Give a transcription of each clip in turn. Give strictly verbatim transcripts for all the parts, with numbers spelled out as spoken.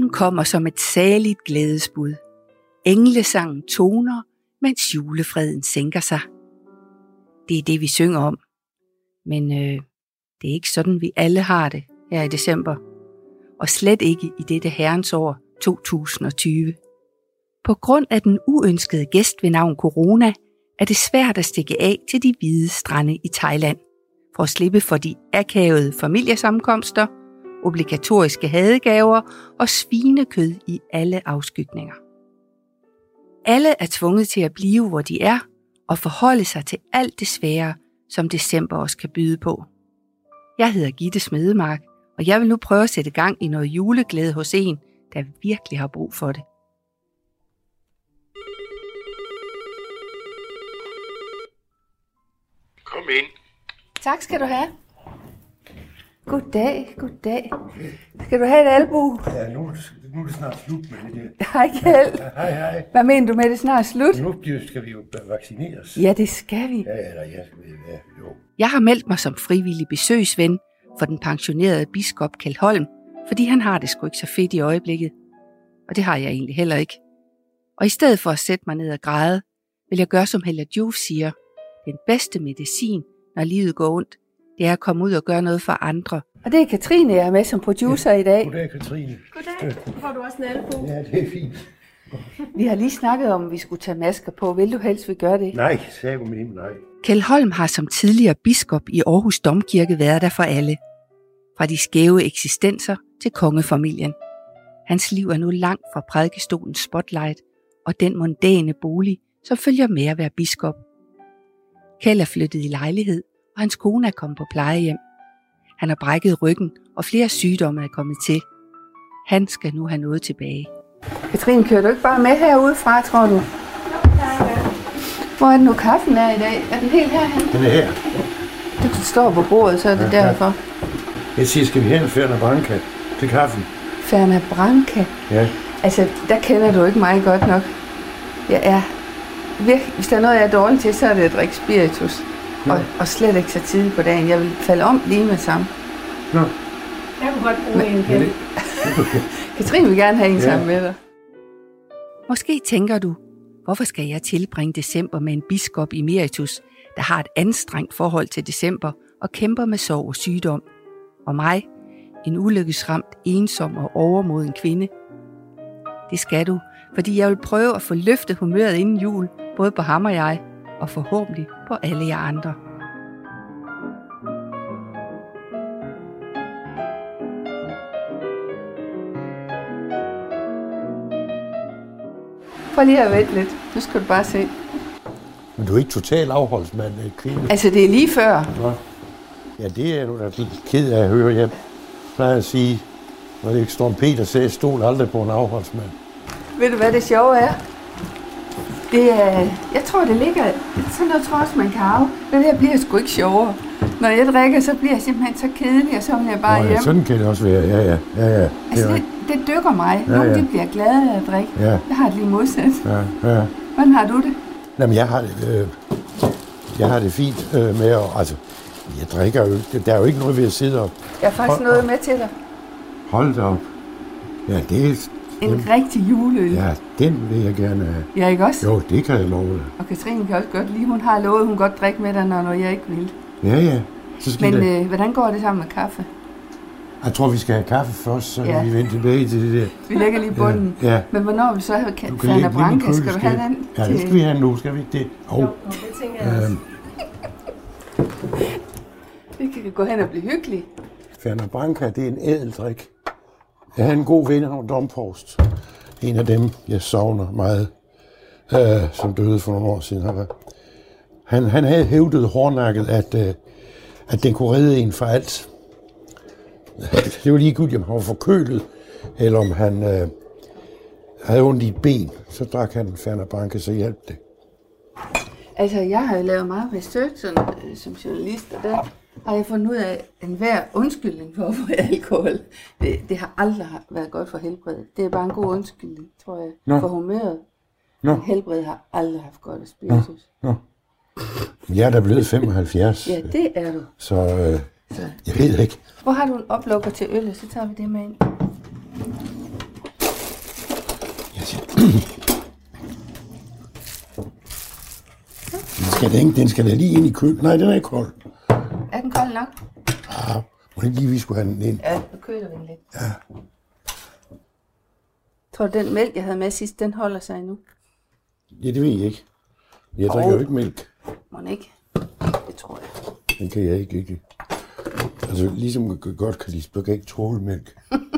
Julen kommer som et saligt glædesbud. Englesangen toner, mens julefreden sænker sig. Det er det, vi synger om. Men øh, det er ikke sådan, vi alle har det her i december. Og slet ikke i dette herrens år to tusind og tyve. På grund af den uønskede gæst ved navn corona, er det svært at stikke af til de hvide strande i Thailand, for at slippe for de akavede familiesammenkomster, obligatoriske hadegaver og svinekød i alle afskygninger. Alle er tvunget til at blive, hvor de er, og forholde sig til alt det svære, som december også kan byde på. Jeg hedder Gitte Smedemark, og jeg vil nu prøve at sætte gang i noget juleglæde hos en, der virkelig har brug for det. Kom ind. Tak skal du have. Goddag, goddag. Skal du have et albu? Ja, nu, nu er det snart slut med det der. Hej Kjeld. Hej, hej. Hvad mener du med, det snart slut? Nu skal vi jo vaccineres. Ja, det skal vi. Ja, eller ja, ja, jo. Jeg har meldt mig som frivillig besøgsven for den pensionerede biskop Kjeld Holm, fordi han har det sgu ikke så fedt i øjeblikket. Og det har jeg egentlig heller ikke. Og i stedet for at sætte mig ned og græde, vil jeg gøre som Hella Juf siger. Den bedste medicin, når livet går ondt, det er at komme ud og gøre noget for andre. Og det er Katrine, jeg er med som producer ja. i dag. Goddag, Katrine. Goddag. Får du også en albu? Ja, det er fint. Vi har lige snakket om, at vi skulle tage masker på. Vil du helst, vi gør det? Nej, sagde du med nej. Kjeld Holm har som tidligere biskop i Aarhus Domkirke været der for alle. Fra de skæve eksistenser til kongefamilien. Hans liv er nu langt fra prædikestolens spotlight og den mondæne bolig, som følger med at være biskop. Kjeld er flyttet i lejlighed, og hans kone er kommet på plejehjem. Han har brækket ryggen, og flere sygdomme er kommet til. Han skal nu have noget tilbage. Katrine, kører du ikke bare med herudefra, tror du? Hvor er det nu, kaffen er i dag? Er den helt herhen? Den er her. Du står på bordet, så er det ja, derfor. Jeg siger, skal vi hen og Ferner Branca til kaffen? Ferner Branca? Ja. Altså, der kender du ikke mig godt nok. Jeg er virkelig, hvis der er noget, jeg er dårlig til, så er det at drikke spiritus. Og, og slet ikke så tidligt på dagen. Jeg vil falde om lige med sammen. Nå. Jeg kunne godt bruge en igen. Katrine vil gerne have en ja. sammen med dig. Måske tænker du, hvorfor skal jeg tilbringe december med en biskop emeritus, der har et anstrengt forhold til december og kæmper med sorg og sygdom? Og mig, en ulykkesramt, ensom og overmoden kvinde? Det skal du, fordi jeg vil prøve at få løftet humøret inden jul, både på ham og jeg, og forhåbentlig på alle jer andre. Prøv lige at vente lidt. Nu skal du bare se. Men du er ikke total afholdsmand, kvinde? Altså, det er lige før. Nå. Ja, det er du da ked af at høre. Jeg plejer at sige, når det ikke står en Peter sagde, stol aldrig på en afholdsmand. Ved du, hvad det sjove er? Det er, jeg tror, det ligger sådan noget, tror også, man kan arve. Men det her bliver sgu ikke sjovere. Når jeg drikker, så bliver jeg simpelthen så kedelig, og så vil jeg bare Nå, ja, hjem. Sådan kan det også være, ja, ja. ja, ja. Det altså, det, det dykker mig. Ja, Nogle ja. de bliver glade af at drikke. Ja. Jeg har det lige modsat. Ja, ja. Hvordan har du det? Jamen, jeg har det, øh, jeg har det fint øh, med at, altså, jeg drikker jo ikke. Der er jo ikke noget ved at sidde og... Jeg har faktisk hold, noget med til dig. Hold da op. Ja, det er... En den, rigtig juleøl. Ja, den vil jeg gerne have. Ja, ikke også? Jo, det kan jeg love dig. Og Katrine kan også godt lide, hun har lovet, hun godt drikke med dig, når jeg ikke vil. Ja, ja. Så skal Men det... øh, hvordan går det sammen med kaffe? Jeg tror, vi skal have kaffe først, så ja. vi vender tilbage til det der. Vi lægger lige bunden. Ja. Ja. Men hvornår vi så have Ferner Branca? Skal du have den? Ja, det skal vi have nu, skal vi ikke det? Oh. Jo, det tænker jeg også. Det kan gå hen og blive hyggeligt. Ferner Branca, det er en ædeldrik. Jeg havde en god ven af Dompost. En af dem, jeg savner meget, øh, som døde for nogle år siden. Han, han havde hævdet hårdnakket, at, øh, at den kunne redde en for alt. Det var ligegyldigt, om han var forkølet, eller om han øh, havde ondt i et ben. Så drak han Ferner Branca, så hjalp det. Altså, jeg har jo lavet meget research sådan, øh, som journalist, og der har jeg fundet ud af en hver undskyldning for at få alkohol. Det, det har aldrig været godt for helbredet. Det er bare en god undskyldning, tror jeg, Nå. for humøret. Nå. Men helbredet har aldrig haft godt af spiritus. Nå. Nå. Jeg er da blevet femoghalvfjerds. Ja, det er du. Så, øh, så jeg ved ikke. Hvor har du en oplukker til øl, så tager vi det med ind. Den skal, da ikke, den skal da lige ind i køl. Nej, den er ikke kold. Er den kold nok? Ah, må ikke lige, vi skulle have den ind? Ja, nu køler vi den lidt. Ja. Tror du, den mælk, jeg havde med sidst, den holder sig endnu? Ja, det ved jeg ikke. Jeg drikker oh. jo ikke mælk. Må den ikke? Det tror jeg. Den kan jeg ikke, ikke. Altså, ligesom godt kan Lisbeth ikke tåle mælk.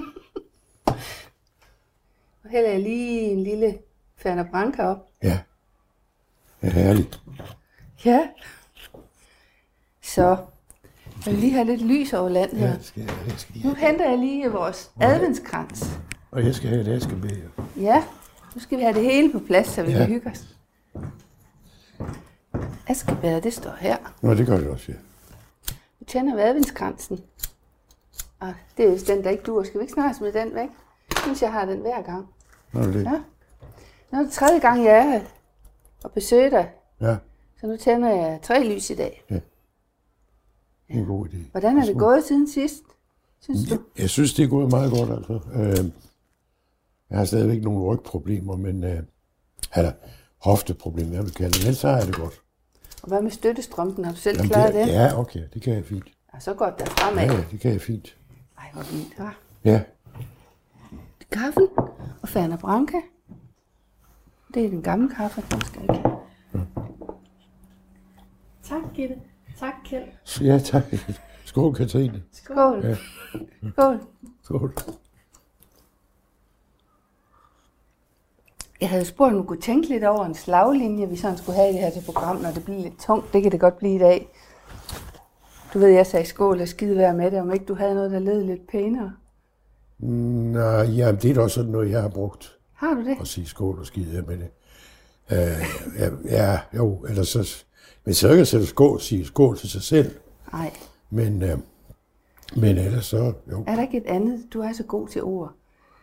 Nu hælder jeg lige en lille Fernet Branca op. Ja. Det er herligt. Ja. Så. Jeg vil lige have lidt lys over land her. Ja, det skal, det skal Nu henter jeg lige vores adventskrans. Og jeg skal have et askebæger. Ja, nu skal vi have det hele på plads, så vi Ja. kan hygge os. Askebæret, det står her. Nå, det gør det også, ja. Vi tænder ved adventskransen. Og det er jo den, der ikke duer. Skal vi ikke snart smide den væk? Jeg synes, jeg har den hver gang. Nå, det. Ja. Nu er det tredje gang, jeg er her og besøger dig. Ja, Så nu tænder jeg tre lys i dag. det er en god idé. Hvordan er det gået siden sidst, synes du? Jeg, jeg synes, det er gået meget godt, altså. Øh, jeg har stadigvæk nogle rygproblemer, men øh, eller hofteproblemer, jeg vil kalde det. Ellers så er det godt. Og hvad med støttestrømpen? Har du selv Jamen, klaret det? det? Ja, okay, det kan jeg fint. Ja, så går det fremad. Ja, ja, det kan jeg fint. Ej, hvor fint, hva'? Ja, Kaffen og Fernet Branca. Det er den gamle kaffe, den skal ikke. Tak, Gitte. Tak, Kjeld. ja tak. Skål, Katrine. Skål. Ja. Skål. Skål. Jeg havde spurgt, om du kunne tænke lidt over en slaglinje, vi sådan skulle have i det her til program, når det bliver lidt tungt. Det kan det godt blive i dag. Du ved, jeg sagde skål og skide være med det, om ikke du havde noget, der lød lidt pænere. Nej, ja, det er da også sådan noget, jeg har brugt. Har du det? At sige skål og skide her med det. Uh, ja, ja, jo, eller så... Men så ikke at sætte skål, sige skål til sig selv. Nej. Men, uh, men ellers så, jo. Er der ikke et andet? Du er så god til ord.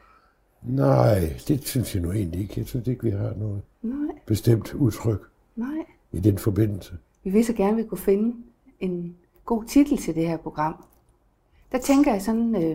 Nej, det synes jeg nu egentlig ikke. Jeg synes ikke, vi har noget Nej, bestemt udtryk nej. i den forbindelse. Vi vil så gerne, at vi kunne finde en god titel til det her program. Der tænker jeg sådan, øh,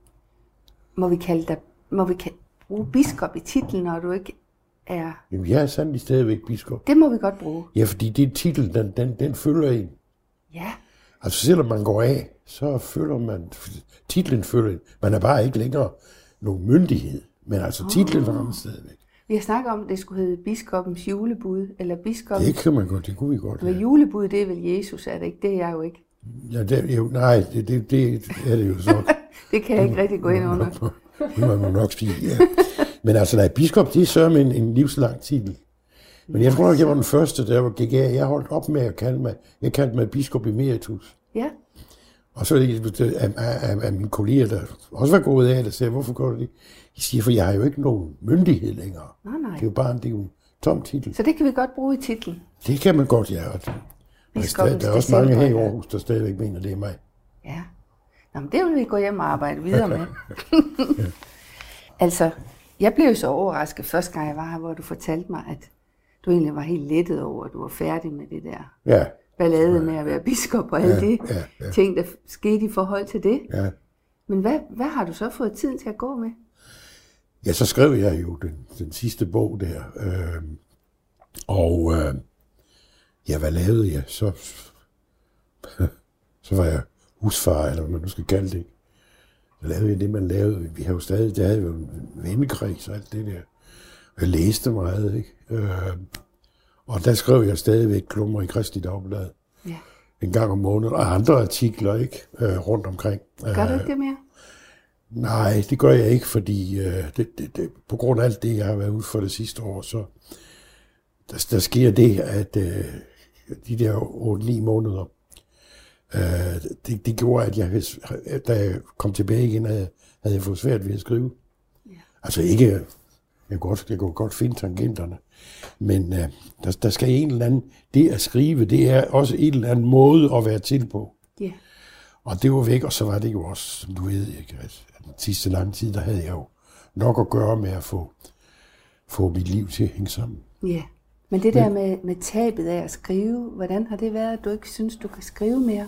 må vi kalde dig, må vi kalde, bruge biskop i titlen, når du ikke er... Jamen, jeg er sandelig stadigvæk biskop. Det må vi godt bruge. Ja, fordi det titel, den, den, den følger en. Ja, Altså, selvom man går af, så føler man, titlen følger en. Man er bare ikke længere nogen myndighed, men altså titlen var man stadigvæk. vi har snakket om, at det skulle hedde biskoppens julebud, eller biskoppens... Det kan man godt, det kunne vi godt. Men Ja. julebud, det er vel Jesus, er det ikke? Det er jeg jo ikke. Ja, det, jo, nej, det, det, det er det jo så. Det kan jeg ikke rigtig gå ind under. Det må man nok sige, ja. Men altså, nej, biskop, det er så med en, en livslang titel. Men jeg tror nok, jeg var den første, der gik af. Jeg holdt op med at kalde mig, jeg kaldte mig biskop emeritus. Ja, Og så er af, af mine kolleger, der også var gået af, der sagde, hvorfor går du det? De siger, for jeg har jo ikke nogen myndighed længere. nej, nej. Det er jo bare en, det er jo en tom titel. Så det kan vi godt bruge i titlen. Det kan man godt, ja. Og der, Biskoppens der er også mange her i december, ja. Aarhus, der stadigvæk mener, det er mig. Ja. Nå, men det vil vi gå hjem og arbejde videre med. Altså, jeg blev så overrasket første gang, jeg var her, hvor du fortalte mig, at du egentlig var helt lettet over, at du var færdig med det der Ja, ballade med at være biskop og alle Ja, de ja, ja. ting, der skete i forhold til det. ja. Men hvad, hvad har du så fået tiden til at gå med? Ja, så skrev jeg jo den, den sidste bog der. Øh, og øh, ja, hvad lavede jeg? Så, så var jeg husfar, eller hvad man nu skal kalde det. Så lavede jeg det, man lavede. Vi har jo stadig, der havde jo en vennekreds og alt det der. Og jeg læste meget, ikke? Øh, og der skrev jeg stadigvæk klummer i Kristi Dagblad. Ja. En gang om måneden, og andre artikler, ikke? Øh, rundt omkring. Gør du ikke det mere? Nej, det gør jeg ikke, fordi øh, det, det, det, på grund af alt det, jeg har været ude for det sidste år, så der, der sker det, at øh, de der otte ni måneder, øh, det, det gjorde, at jeg, da jeg kom tilbage igen, havde, havde jeg fået svært ved at skrive. Ja. Altså ikke, jeg kunne godt, jeg kunne godt finde tangenterne, men øh, der, der skal en eller anden, det at skrive, det er også en eller anden måde at være til på. Ja. Og det var væk, og så var det jo også, som du ved, ikke, at den sidste lange tid, der havde jeg jo nok at gøre med at få, få mit liv til at hænge sammen. Ja. Men det der med, med tabet af at skrive, hvordan har det været, at du ikke synes, du kan skrive mere?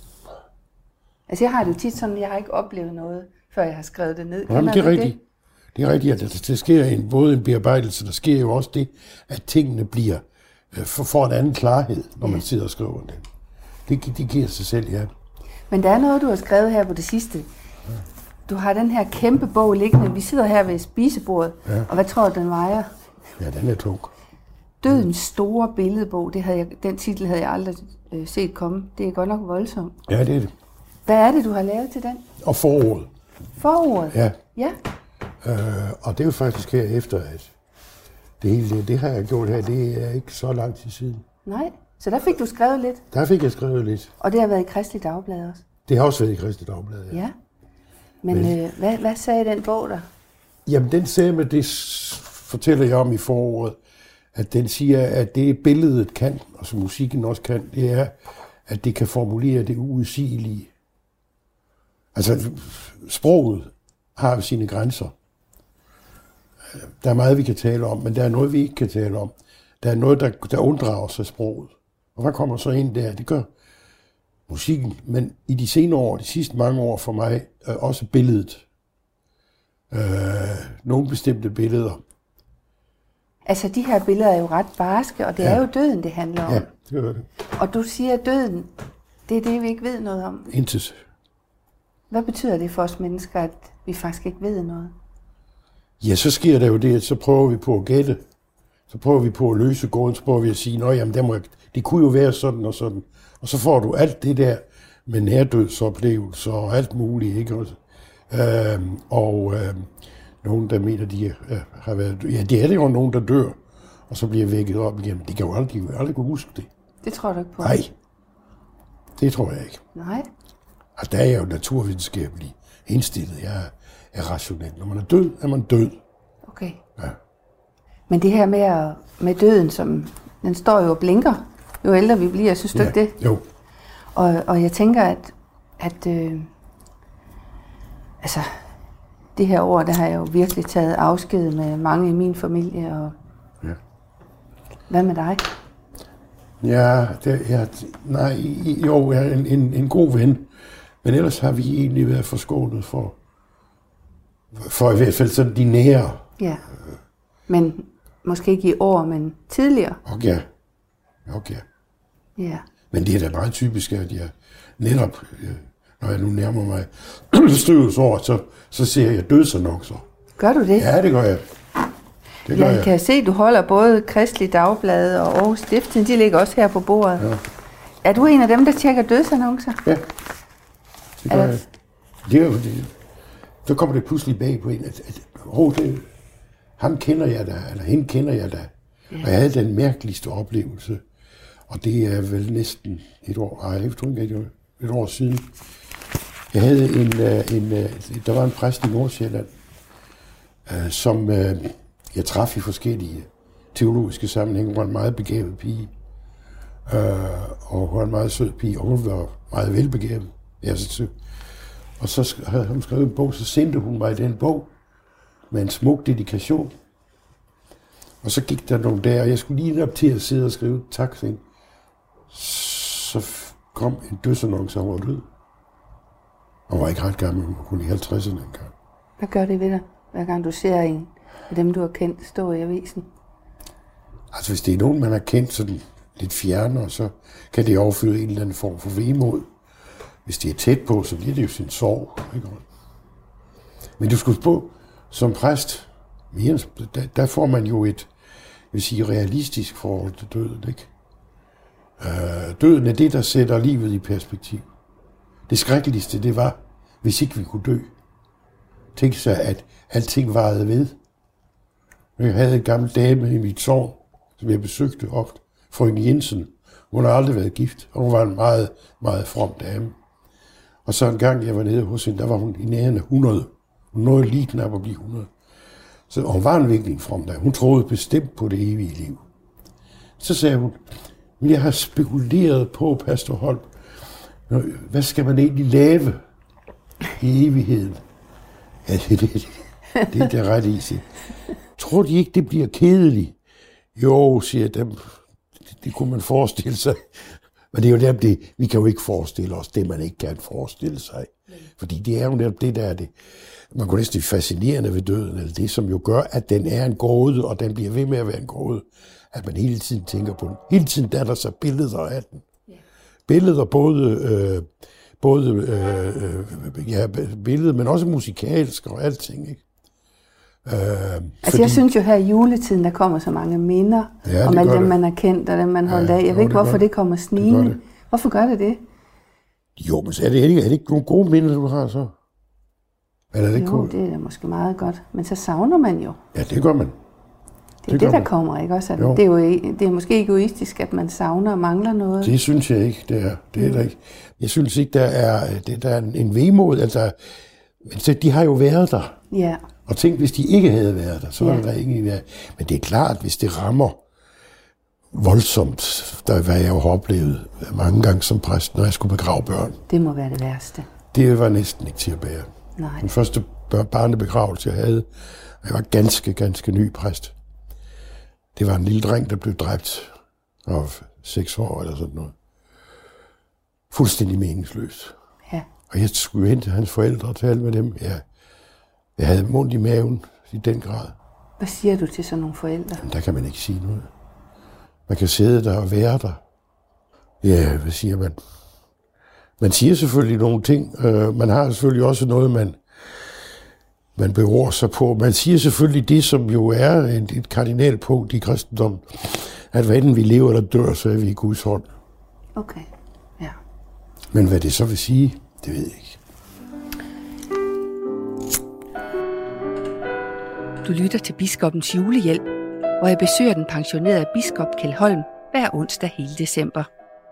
Altså jeg har det jo tit sådan, jeg har ikke oplevet noget, før jeg har skrevet det ned. Jamen, det er rigtigt. Det er rigtigt, at der, der sker en, både en bearbejdelse, der sker jo også det, at tingene bliver øh, for, for en anden klarhed, når man sidder og skriver det. Det, det giver sig selv, ja. Men der er noget, du har skrevet her på det sidste. Du har den her kæmpe bog liggende. Vi sidder her ved spisebordet, ja. Og hvad tror du, den vejer? Ja, den er tung. Dødens store billedbog, det havde jeg, den titel havde jeg aldrig øh, set komme. Det er godt nok voldsomt. Ja, det er det. Hvad er det, du har lavet til den? Og forordet. Forordet? Ja. Ja. Øh, og det er jo faktisk her efter, at det hele det, det har jeg gjort her, det er ikke så lang tid siden. Nej, så der fik du skrevet lidt? Der fik jeg skrevet lidt. Og det har været i Kristeligt Dagblad også? Det har også været i Kristeligt Dagblad, ja. Ja. Men, Men øh, hvad, hvad sagde den bog der? Jamen, den sagde med, det fortæller jeg om i forordet, at den siger, at det billedet kan, og som musikken også kan, det er, at det kan formulere det uudsigelige. Altså, sproget har sine grænser. Der er meget, vi kan tale om, men der er noget, vi ikke kan tale om. Der er noget, der, der unddrager sig sproget. Og hvad kommer så ind der? Det gør musikken, men i de senere år, de sidste mange år for mig, er også billedet. Øh, nogle bestemte billeder. Altså, de her billeder er jo ret barske, og det ja. er jo døden, det handler om. Ja, det er det. Og du siger, at døden, det er det, vi ikke ved noget om. Intet. Hvad betyder det for os mennesker, at vi faktisk ikke ved noget? Ja, så sker der jo det, at så prøver vi på at gætte. Så prøver vi på at løse gåden, så prøver vi at sige, nå jamen, det, må jeg, det kunne jo være sådan og sådan. Og så får du alt det der med nærdødsoplevelser og alt muligt, ikke også? Øhm, og øhm, nogen, der mener, de øh, har været... Ja, det er det jo nogen, der dør, og så bliver vækket op igen. De kan jo aldrig, de aldrig kunne huske det. Det tror du ikke på? Nej, det tror jeg ikke. Nej? Og der er jeg jo naturvidenskabeligt indstillet. Jeg er, er rationel. Når man er død, er man død. Okay. Ja. Men det her med, at, med døden, som den står jo og blinker, jo ældre vi bliver, synes du Ja, ikke det? jo. Og, og jeg tænker, at, at øh, altså, det her år, der har jeg jo virkelig taget afsked med mange i min familie. Og Ja. Hvad med dig? Ja, det, ja nej, jo, jeg er en, en, en god ven. Men ellers har vi egentlig været forskånet for, for i hvert fald sådan de nære. Ja, men måske ikke i år, men tidligere. Okay. Okay. Ja. Men det er da meget typisk, at jeg netop, når jeg nu nærmer mig støvets år, så, så ser jeg dødsannoncer. Gør du det? Ja, det gør jeg. Det gør jeg jeg. kan se, at du holder både Kristeligt Dagblad og Aarhus Stiftstidende. De ligger også her på bordet. Ja. Er du en af dem, der tjekker dødsannoncer? Ja, det gør Er jeg. Det er jo det. Så kommer det pludselig bag på en, at, at oh, det, ham kender jeg da, eller hende kender jeg da. Ja. Og jeg havde den mærkeligste oplevelse. Og det er vel næsten et år, nej, jeg tror ikke, det var et år siden. Jeg havde en, en, der var en præst i Nordsjælland, som jeg traf i forskellige teologiske sammenhænge. Hun var en meget begavet pige, og hun var en meget sød pige, og hun var meget velbegavet. Ja, så, og så havde hun skrevet en bog, så sendte hun mig den bog med en smuk dedikation. Og så gik der nogle dage, og jeg skulle lige op til at sidde og skrive tak til hende. Så kom en dødsannonce, og hun var død. Hun var ikke ret gammel, hun var kun i halvtredserne engang. Hvad gør det ved dig, hver gang du ser en af dem, du har kendt, stå i avisen? Altså, hvis det er nogen, man har kendt sådan lidt fjernere, så kan det overføre en eller anden form for vemod. Hvis det er tæt på, så bliver det jo sin sorg. Ikke? Men du skal på, som præst, der, der får man jo et, jeg vil sige, realistisk forhold til døden, ikke? Øh, døden er det, der sætter livet i perspektiv. Det skrækkeligste, det var, hvis ikke vi kunne dø. Tænk sig, at alting varede ved. Jeg havde en gammel dame i mit sogn, som jeg besøgte ofte, frøken Jensen. Hun har aldrig været gift, og hun var en meget, meget from dame. Og så en gang, jeg var nede hos hende, der var hun i nærheden af hundrede. Hun nåede lige knap at blive hundrede. Så, og hun var en virkelig from dame. Hun troede bestemt på det evige liv. Så sagde hun, jeg har spekuleret på, Pastor Holm, hvad skal man egentlig lave i evigheden? Ja, det, det, det er det ret i sig. Tror de ikke, det bliver kedeligt? Jo, siger dem. Det, det kunne man forestille sig. Men det er jo der, det, vi kan jo ikke forestille os det, man ikke kan forestille sig. Mm. Fordi det er jo netop det, der er det. Man kunne næsten fascinerende ved døden, eller det, som jo gør, at den er en gåde, og den bliver ved med at være en gåde. At man hele tiden tænker på den. Hele tiden danner sig billeder af den. Yeah. Billeder både, øh, både øh, ja, billeder, men også musikalsk og alting, ikke? Øh, altså fordi, jeg synes jo her i juletiden, der kommer så mange minder ja, om alle dem, det. man har kendt, og dem, man holdt ja, af. Jeg jo, ved ikke, hvorfor det, det kommer snigende. Det det. Hvorfor gør det det? Jo, men er det ikke, er det ikke nogle gode minder, du har så? Eller er det jo, cool? det er måske meget godt. Men så savner man jo. Ja, det gør man. Det er det, det der man. kommer, ikke også? Det er jo det er måske egoistisk, at man savner og mangler noget. Det synes jeg ikke, det er. Det er mm. der ikke. Jeg synes ikke, der er, det, der er en vemod. Altså, men de har jo været der. Ja. Og tænk, hvis de ikke havde været der, så ja. var der ingen der. Men det er klart, hvis det rammer voldsomt, der hvad jeg jo har oplevet mange gange som præst, når jeg skulle begrave børn. Det må være det værste. Det var næsten ikke til at bære. Nej. Den første barnebegravelse, jeg havde, og jeg var ganske, ganske ny præst. Det var en lille dreng, der blev dræbt af seks år eller sådan noget. Fuldstændig meningsløst. Ja. Og jeg skulle hen til hans forældre og tale med dem. Ja. Jeg havde ondt i maven i den grad. Hvad siger du til sådan nogle forældre? Jamen, der kan man ikke sige noget. Man kan sidde der og være der. Ja, hvad siger man? Man siger selvfølgelig nogle ting. Uh, man har selvfølgelig også noget, man, man beror sig på. Man siger selvfølgelig det, som jo er et, et kardinalpunkt i kristendommen. At hvad enten vi lever eller dør, så er vi i Guds hånd. Okay, ja. Men hvad det så vil sige, det ved jeg ikke. Du lytter til Biskoppens Julehjælp, hvor jeg besøger den pensionerede biskop Kjeld Holm hver onsdag hele december.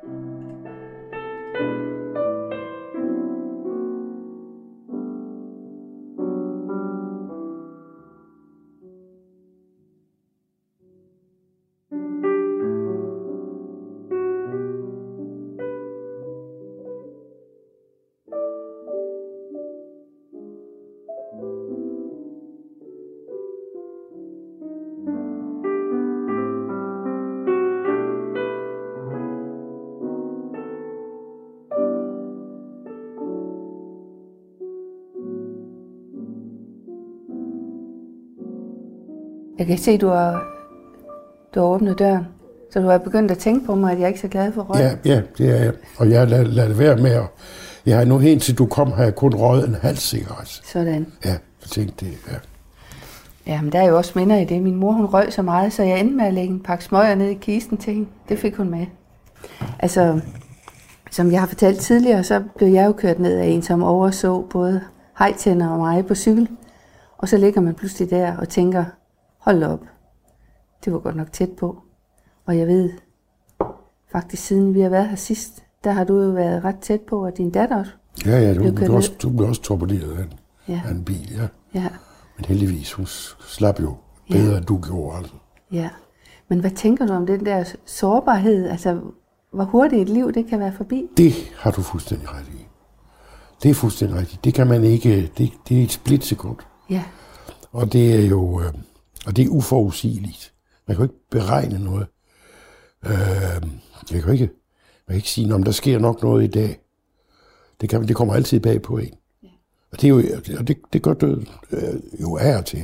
Jeg kan se, at du har, du har åbnet døren, så du har begyndt at tænke på mig, at jeg ikke er så glad for røg. Ja, ja, det er jeg. Og jeg lader lad det være med at... Jeg har nu helt til du kom, har jeg kun røget en halv cigaret. Sådan. Ja, jeg tænkte det, ja. Ja, men der er jo også minder i det. Min mor, hun røg så meget, så jeg endte med at lægge en pakke smøger ned i kisten til hende. Det fik hun med. Altså, som jeg har fortalt tidligere, så blev jeg jo kørt ned af en, som overså både hejtænder og mig på cykel. Og så ligger man pludselig der og tænker, hold op, det var godt nok tæt på. Og jeg ved, faktisk siden vi har været her sidst, der har du jo været ret tæt på, og din datter også. Ja, ja, du, du, også, du blev også torpederet af en, ja. af en bil, ja. ja. Men heldigvis, hun slap jo bedre, ja. end du gjorde, altså. Ja, men hvad tænker du om den der sårbarhed? Altså, hvor hurtigt et liv det kan være forbi? Det har du fuldstændig ret i. Det er fuldstændig rigtigt. Det kan man ikke, det, det er et splitsekund. Ja. Og det er jo, øh, og det er uforudsigeligt. Man kan jo ikke beregne noget. Øh, jeg kan ikke, man kan ikke sige, om der sker nok noget i dag. Det, kan, det kommer altid bag på en. Ja. Og det, er jo, og det, det gør døden øh, jo af og til.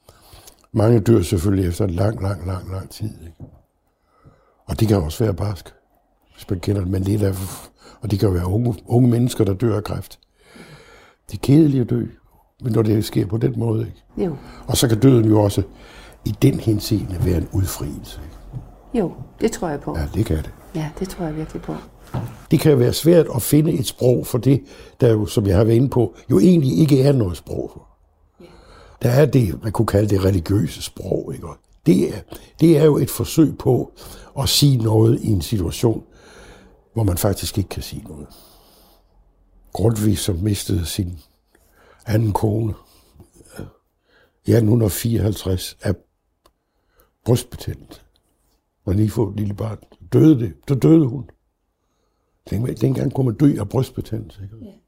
Mange dør selvfølgelig efter en lang, lang, lang, lang tid. Ikke? Og det kan også være barsk, hvis man kender det. Men det er der, og det kan jo være unge, unge mennesker, der dør af kræft. Det er kedeligt at dø, men når det sker på den måde. Ikke? Jo. Og så kan døden jo også i den henseende være en udfrielse. Ikke? Jo, det tror jeg på. Ja, det kan det. Ja, det tror jeg virkelig på. Det kan være svært at finde et sprog for det, der jo, som jeg har været inde på, jo egentlig ikke er noget sprog for. Yeah. Der er det, man kunne kalde det religiøse sprog. Ikke? Det, er, det er jo et forsøg på at sige noget i en situation, hvor man faktisk ikke kan sige noget. Grundtvig, som mistede sin anden kone i atten fireoghalvtreds af brystbetændelse. Og lige fået et lille barn. Døde det. Så døde hun. Dengang kunne man dø af brystbetændelse. Ikke? Yeah.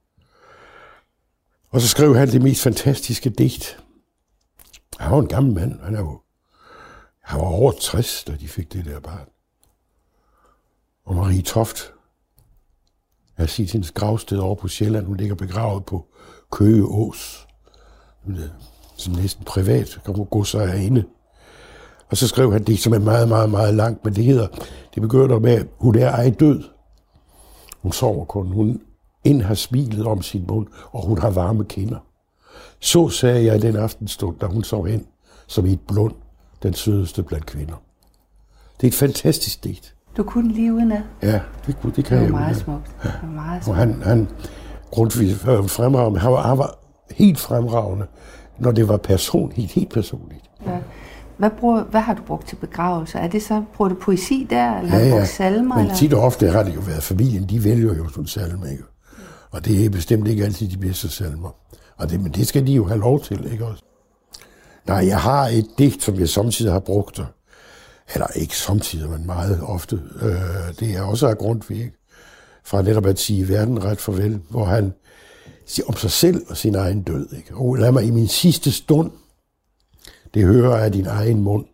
Og så skrev han det mest fantastiske digt. Han var en gammel mand. Han, er jo, han var over tres, da de fik det der barn. Og Marie Toft, Jeg har set hendes gravsted over på Sjælland. Hun ligger begravet på Køge Ås. Sådan næsten privat. Kan hun gå sig herinde. Og så skrev han det, som er meget, meget, meget langt. Men det hedder, det begynder med, at hun er ej død. Hun sover kun. Hun ind har smilet om sin mund, og hun har varme kinder. Så sagde jeg den aftenstund, da hun sov hen, som i et blund, den sødeste blandt kvinder. Det er et fantastisk digt. Du kunne lige udenad? Ja, det, det kan det jeg jo. Det var meget smukt. Det var meget smukt. Og han, han Grundtvig fremragende. Han var, han var helt fremragende, når det var person, helt, helt personligt. Ja. Hvad, bruger, hvad har du brugt til begravelse? Er det så, bruger du poesi der, eller ja, har du ja. brugt salmer? Men eller? tit og ofte har det jo været familien, de vælger jo sådan salmer, ikke? Og det er bestemt ikke altid de bedste salmer. Og det, men det skal de jo have lov til, ikke også? Nej, jeg har et digt, som jeg samtidig har brugt, eller ikke samtidig, men meget ofte. Øh, det er også af Grundtvig, fra netop at sige verden ret farvel, hvor han siger om sig selv og sin egen død, ikke? Og lad mig i min sidste stund, det hører af din egen mund.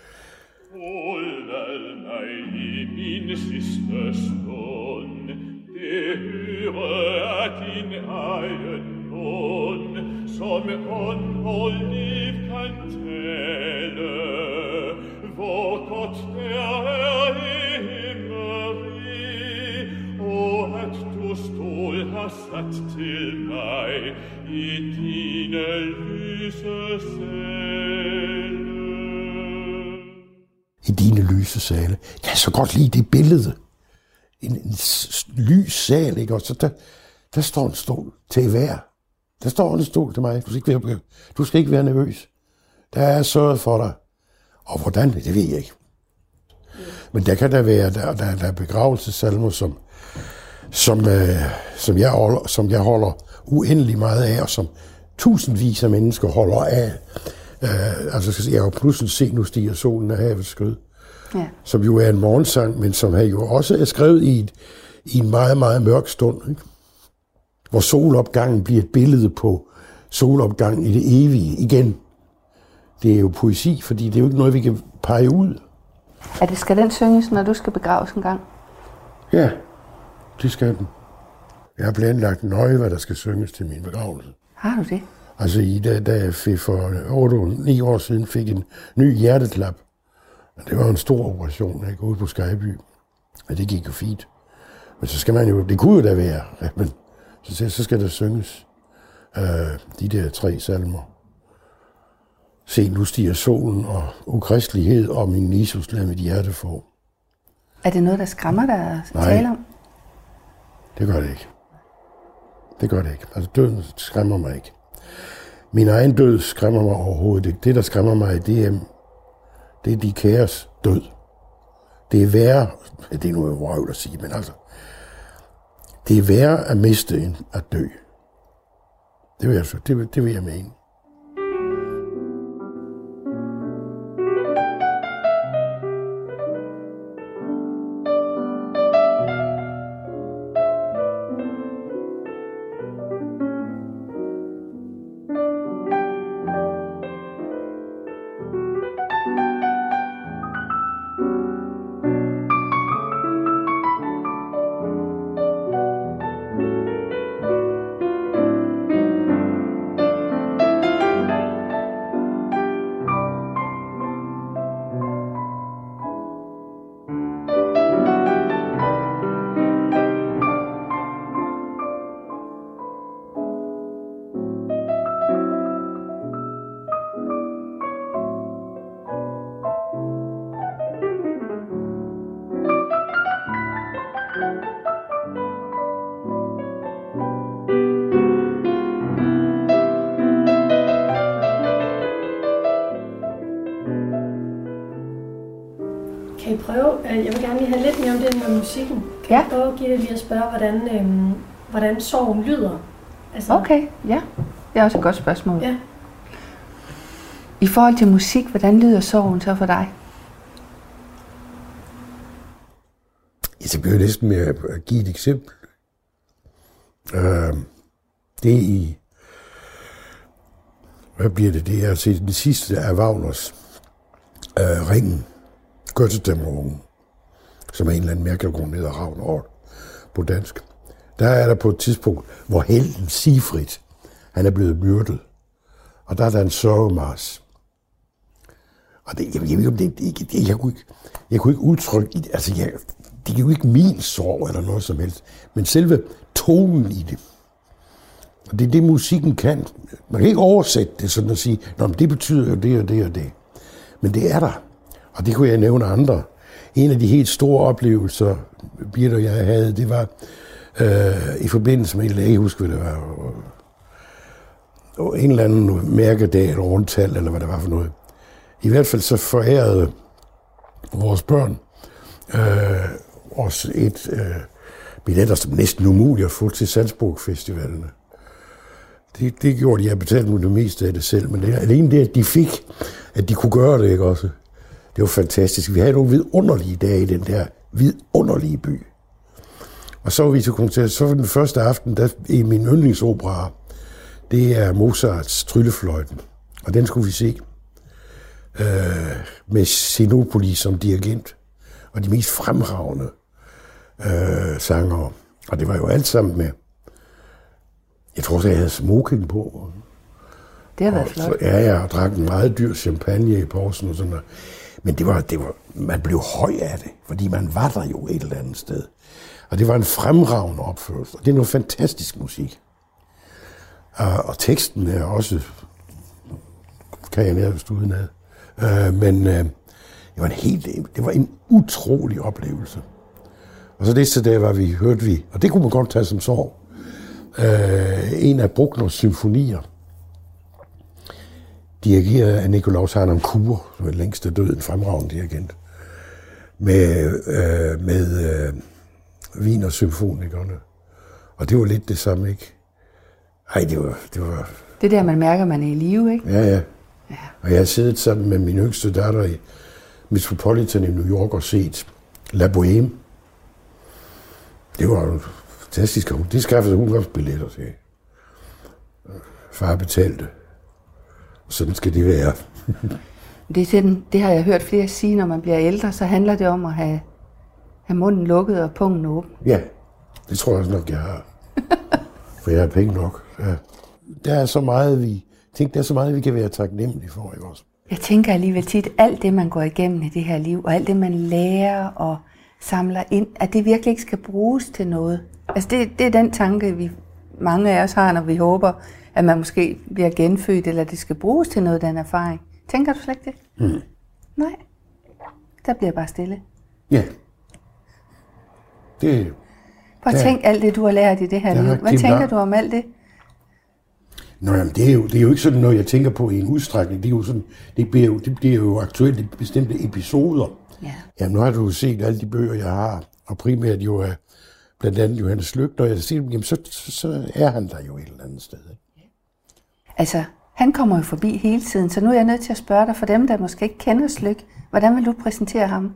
Lad mig i min sidste stund, det hører af din egen mund, som ånd og liv kan tale, hvor godt der er i himmeri, og at du stol har sat til mig i dine lyse sale. I dine lyse sale. Jeg kan så godt lide det billede. En, en lys sal, ikke? Og så der, der står en stol til hver. Der står en stol til mig. Du skal ikke være, du skal ikke være nervøs. Der er sørget for dig. Og hvordan, det ved jeg ikke. Men der kan der være, der, der, der er begravelsesalmer, som, som, øh, som, jeg holder, som jeg holder uendelig meget af, og som tusindvis af mennesker holder af. Uh, altså, jeg har jo pludselig set, nu stiger solen af havets skød, ja. Som jo er en morgensang, men som jo også er skrevet i, et, i en meget, meget mørk stund, ikke? Hvor solopgangen bliver et billede på solopgangen i det evige igen. Det er jo poesi, fordi det er jo ikke noget, vi kan pege ud. Er det, skal den synges, når du skal begraves en gang? Ja, det skal den. Jeg har planlagt nøje, hvad der skal synges til min begravelse. Har du det? Altså, i da, da jeg fik for otte ni år siden fik en ny hjerteklap. Det var en stor operation, ikke, ude på Skyby. Men det gik jo fint. Men så skal man jo, det kunne jo da være, men så, så skal der synges øh, de der tre salmer. Se, nu stiger solen, og ukristelighed, og min Jesus lad mit hjerte få. Er det noget, der skræmmer dig at Nej, tale om? Det gør det ikke. Det gør det ikke. Altså, døden skræmmer mig ikke. Min egen død skræmmer mig overhovedet ikke. Det, der skræmmer mig, det er, det er de kæres død. Det er værre, det er nu en vrøvl at sige, men altså, det er værre at miste end at dø. Det vil jeg, det, det vil jeg mene. Kan I prøve, jeg vil gerne lige have lidt mere om det med musikken. Kan ja. I prøve at give det lige at spørge, hvordan, øhm, hvordan sorgen lyder? Altså, Okay, ja. Det er også et godt spørgsmål. Ja. I forhold til musik, hvordan lyder sorgen så for dig? Ja, så bliver det næsten med at give et eksempel. Uh, det er i... Hvad bliver det? Det er altså den sidste af Wagners uh, Ringen. Götterdämmerung, som er en eller anden mærkelig grund hedder Ravnord på dansk. der er der på et tidspunkt, hvor helten Siegfried, han er blevet myrdet. Og der er der en sørgemars. Og det, jeg, jeg, jeg, det, det, jeg, kunne ikke, jeg kunne ikke udtrykke, altså jeg, det er jo ikke min sorg eller noget som helst, men selve tonen i det. Og det er det, musikken kan. Man kan ikke oversætte det sådan at sige, nå, men det betyder jo det og det og det. Men det er der. Og det kunne jeg nævne andre. En af de helt store oplevelser, Birte og jeg havde, det var øh, i forbindelse med en læge, husker hvad det var, og, og en eller anden mærkedag eller rundtal, eller hvad det var for noget. I hvert fald så forærede vores børn øh, os et øh, billetter, som næsten umuligt at få til Salzburg-festivalene. Det, det gjorde de, jeg betalte nu det meste af det selv, men det er alene det, at de fik, at de kunne gøre det, ikke også? Det var fantastisk. Vi havde nogle vidunderlige dage i den der vidunderlige by. Og så var vi til koncert, så var den første aften, der i min yndlingsopera, det er Mozarts Tryllefløjten, og den skulle vi se øh, med Sinopoli som dirigent, og de mest fremragende øh, sangere. Og det var jo alt sammen med, jeg tror også, jeg havde smoking på. Det har været flot. Så, ja, jeg drak en meget dyr champagne i pausen og sådan noget. Men det var, det var, man blev høj af det, fordi man var der jo et eller andet sted. Og det var en fremragende opførsel. Og det er noget fantastisk musik. Og, og teksten er også, kan jeg nærmest udenad. Øh, men øh, det var en helt, det var en utrolig oplevelse. Og så næste dag var vi, hørte vi, og det kunne man godt tage som sorg, øh, en af Bruckners symfonier, dirigeret af Nikolaus Harnam Kur, som er længst af døden, fremragende dirigent, med, øh, med øh, Wiener symfonikerne. Og det var lidt det samme, ikke? Ej, det var... Det, var... det der, man mærker, man er i live, ikke? Ja, ja. Ja. Og jeg har siddet sammen med min yngste datter i Metropolitan i New York og set La Bohème. Det var jo fantastisk. Det skaffede hun også billetter til. Far betalte. Sådan skal det være. det, er sådan, det har jeg hørt flere sige, når man bliver ældre, så handler det om at have, have munden lukket og pungen åben. Ja, det tror jeg også nok, jeg har. For jeg har penge nok. Ja. Der er så meget, vi, tænk, der er så meget, vi kan være taknemmelige for, ikke også? Jeg tænker alligevel tit, alt det, man går igennem i det her liv, og alt det, man lærer og samler ind, at det virkelig ikke skal bruges til noget. Altså det, det er den tanke, vi mange af os har, når vi håber, at man måske bliver genfødt, eller det skal bruges til noget, den erfaring. Tænker du slet ikke det? Mm. Nej. Der bliver bare stille. Ja. Det... Prøv at tænk alt det, du har lært i det her liv. Hvad tænker lang... du om alt det? Nå, jamen, det, er jo, det er jo ikke sådan noget, jeg tænker på i en udstrækning. Det, er jo sådan, det, bliver, jo, det bliver jo aktuelt i bestemte episoder. Ja. Jamen, nu har du jo set alle de bøger, jeg har, og primært jo af blandt andet Johannes Lyk. Når jeg siger dem, jamen, så, så er han der jo et eller andet sted. Ikke? Altså, han kommer jo forbi hele tiden, så nu er jeg nødt til at spørge dig, for dem, der måske ikke kender Lyk, hvordan vil du præsentere ham?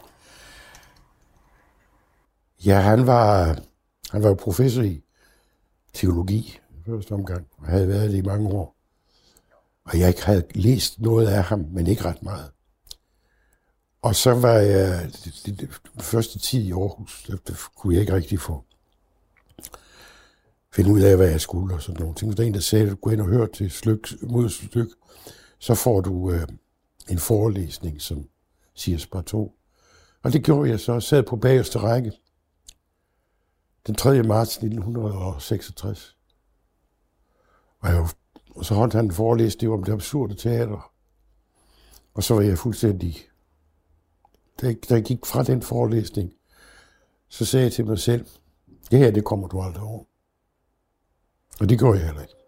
Ja, han var, han var jo professor i teologi i første omgang, og havde været det i mange år. Og jeg ikke havde læst noget af ham, men ikke ret meget. Og så var jeg, det, det, det første tid i Aarhus, der, der kunne jeg ikke rigtig få finde ud af, hvad jeg skulle og sådan nogle ting. Så der er en, der sagde, at du går ind og hører til Slyk, mod Slyk, så får du øh, en forelæsning, som siger Sparto. Og det gjorde jeg så, og sad på bagerste række den tredje marts nitten seksogtres. Og, jeg, og så holdt han en forelæsning om det absurde teater. Og så var jeg fuldstændig... Da jeg gik fra den forelæsning, så sagde jeg til mig selv, det her, det kommer du aldrig over. Og det gjorde jeg heller ikke.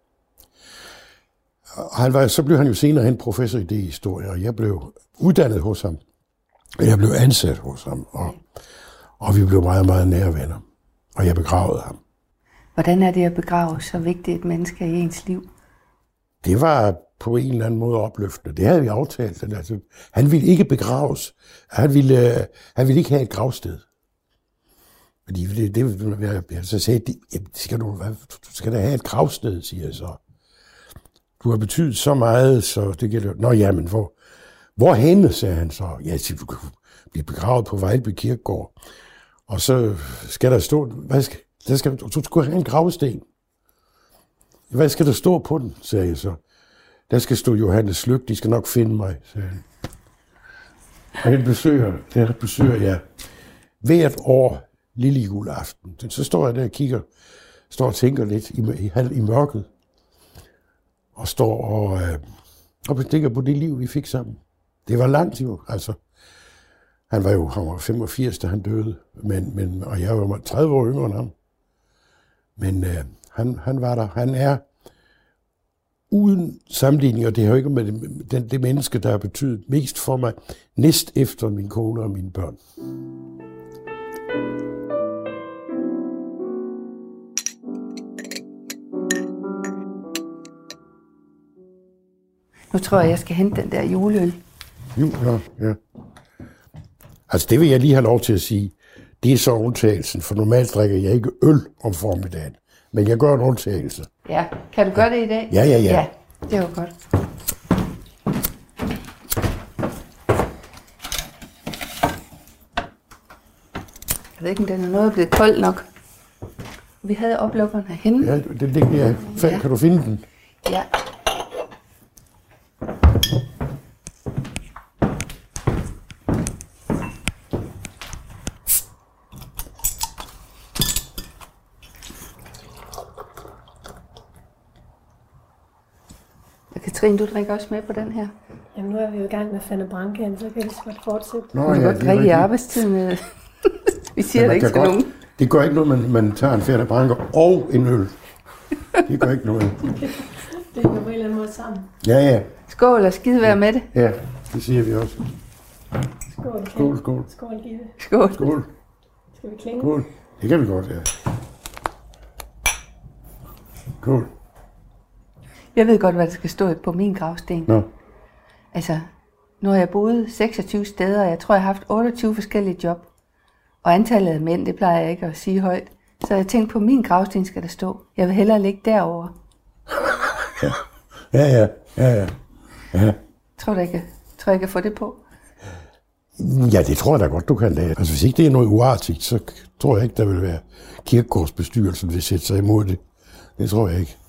Og han var, så blev han jo senere hen professor i det historie, og jeg blev uddannet hos ham. Og jeg blev ansat hos ham, og, og vi blev meget, meget nære venner. Og jeg begravede ham. Hvordan er det at begrave så vigtigt et menneske i ens liv? Det var på en eller anden måde opløftende. Det havde vi aftalt. Altså, han ville ikke begraves. Han ville, han ville ikke have et gravsted. Fordi det, det jeg, jeg så sagde, det, skal du, du skal da have et gravsted, siger jeg så. Du har betydet så meget, så det gælder... Nå ja, men hvor, hvorhenne, sagde han så. Ja, så du kan blive begravet på Vejlby Kirkegård. Og så skal der stå... Hvad skal, Der skal, du skulle have en gravsten. Hvad skal der stå på den, sagde jeg så. Der skal stå Johannes Lyk, de skal nok finde mig, sagde han. Og den besøger, den besøger jeg hvert år lille juleaften. Så står jeg der og kigger, står og tænker lidt i, i, i mørket. Og står og, øh, og tænker på det liv, vi fik sammen. Det var langt jo, altså. Han var jo han var femogfirs, da han døde, men, men, og jeg var tredive år yngre end ham. Men øh, han, han var der. Han er uden sammenligning, og det har jo ikke med det, det, det menneske, der har betydet mest for mig, næst efter min kone og mine børn. Nu tror jeg, jeg skal hente den der juleøl. Jo, ja, ja. Altså, det vil jeg lige have lov til at sige. Det er så undtagelsen, for normalt drikker jeg ikke øl om formiddagen. Men jeg gør en undtagelse. Ja, kan du gøre det i dag? Ja, ja, ja. Ja, det var godt. Jeg ved ikke, om den er noget blevet kold nok. Vi havde oplukkeren herhenne. Ja, det ligger jeg. Ja. Kan du finde den? Ja. Katrine, du drikker også med på den her. Jamen, nu er vi jo i gang med Fanny Brancaen, så kan det godt fortsætte. Nå, du kan ja, godt drikke i arbejdstiden. Vi siger det ikke til nogen. Det gør ikke noget, man, man tager en Fanny Branca og en øl. Det gør ikke noget. Det går på en eller anden måde sammen. Ja, ja. Skål og skide være med det. Ja, det siger vi også. Skål. Skål, skål. Skål, Gitte. Skål. Skål. Skal vi klinge? Skål. Det kan vi godt, ja. Skål. Jeg ved godt, hvad der skal stå på min gravsten. Nå. Altså, nu har jeg boet seksogtyve steder, og jeg tror, jeg har haft otteogtyve forskellige job. Og antallet af mænd, det plejer jeg ikke at sige højt. Så jeg tænkte, på min gravsten skal der stå. Jeg vil hellere ligge derovre. Ja, ja, ja, ja, ja. ja. Tror du, jeg kan, tror, jeg kan få det på? Ja, det tror jeg da godt, du kan lade. Altså, hvis ikke det er noget uartigt, så tror jeg ikke, der vil være kirkegårdsbestyrelsen, der vil sætte sig imod det. Det tror jeg ikke.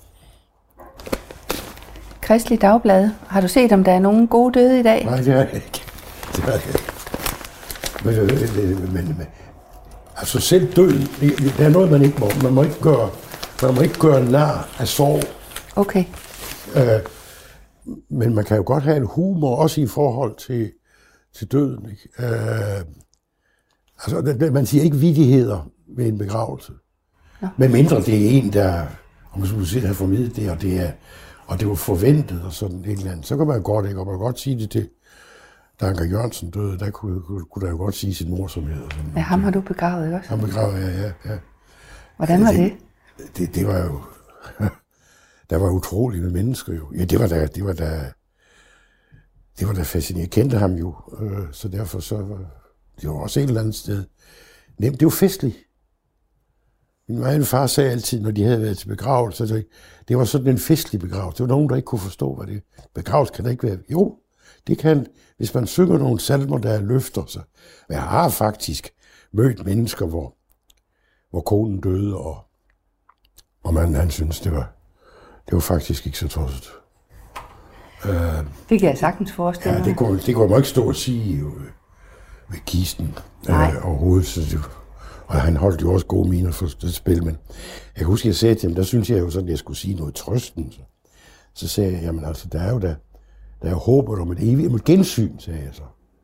Kristelig Dagblad. Har du set, om der er nogen gode døde i dag? Nej, det har jeg ikke. Det har jeg ikke. Men, men, men, men altså selv døden, det er noget, man ikke må. Man må ikke gøre, man må ikke gøre nar af sorg. Okay. Øh, men man kan jo godt have en humor, også i forhold til, til døden. Ikke? Øh, altså, man siger ikke vittigheder ved en begravelse. Ja. Men mindre det er en, der, om man skulle sige, har formidlet det, og det er og det var forventet og sådan et eller andet. Så kan man godt, ikke? Og man kan godt sige det til, da Anker Jørgensen døde, der kunne, kunne, kunne der jo godt sige sin morsomhed. Ja, ham har du begravet, ikke også? Ham begravet, ja, ja, ja. Hvordan var det? Det, det, det var jo, der var utroligt med mennesker jo. Ja, det var da, det var da, det var da fascinerende. Jeg kendte ham jo, øh, så derfor så var det var også et eller andet sted nemt. Det var festligt. Min egen far sagde altid, når de havde været til begravelse, så det var sådan en festlig begravelse. Det var nogen, der ikke kunne forstå, hvad det begravelse kan der ikke være. Jo, det kan, hvis man synger nogle salmer, der løfter sig. Jeg har faktisk mødt mennesker, hvor, hvor konen døde, og, og man, han synes, det var, det var faktisk ikke så tosset. Uh, det kan jeg sagtens forestille mig. Ja, det kunne, det kunne man ikke stå og sige jo, ved kisten uh, overhovedet. Så det, og han holdt jo også gode miner for det spil, men jeg kan huske, at jeg sagde til ham, der synes jeg jo sådan, at jeg skulle sige noget trøsten. Så, så sagde jeg, jamen altså, der er jo der, der er håb om et evigt om et gensyn, sagde jeg så.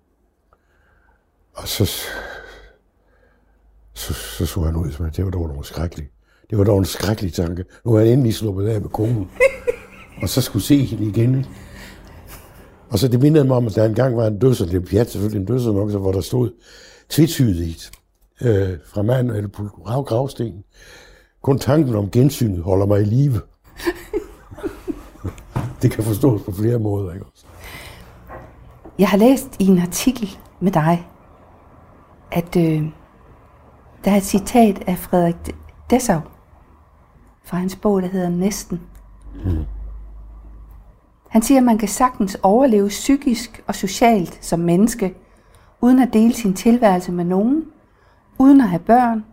Og så, så, så så han ud, som at det var dog noget skrækkeligt. Det var dog en skrækkelig tanke. Nu har han endelig sluppet af med konen, og så skulle se hende igen. Og så det mindede mig om, at der engang var en dødser, det er pjat, selvfølgelig en dødser nok, hvor der stod tvetydigt øh, fra manden eller på rav gravstenen. Kun tanken om gensynet holder mig i live. Det kan forstås på flere måder, ikke også? Jeg har læst i en artikel med dig, at øh, der er et citat af Frederik Dessau fra hans bog, der hedder Næsten. Hmm. Han siger, at man kan sagtens overleve psykisk og socialt som menneske, uden at dele sin tilværelse med nogen, uden at have børn,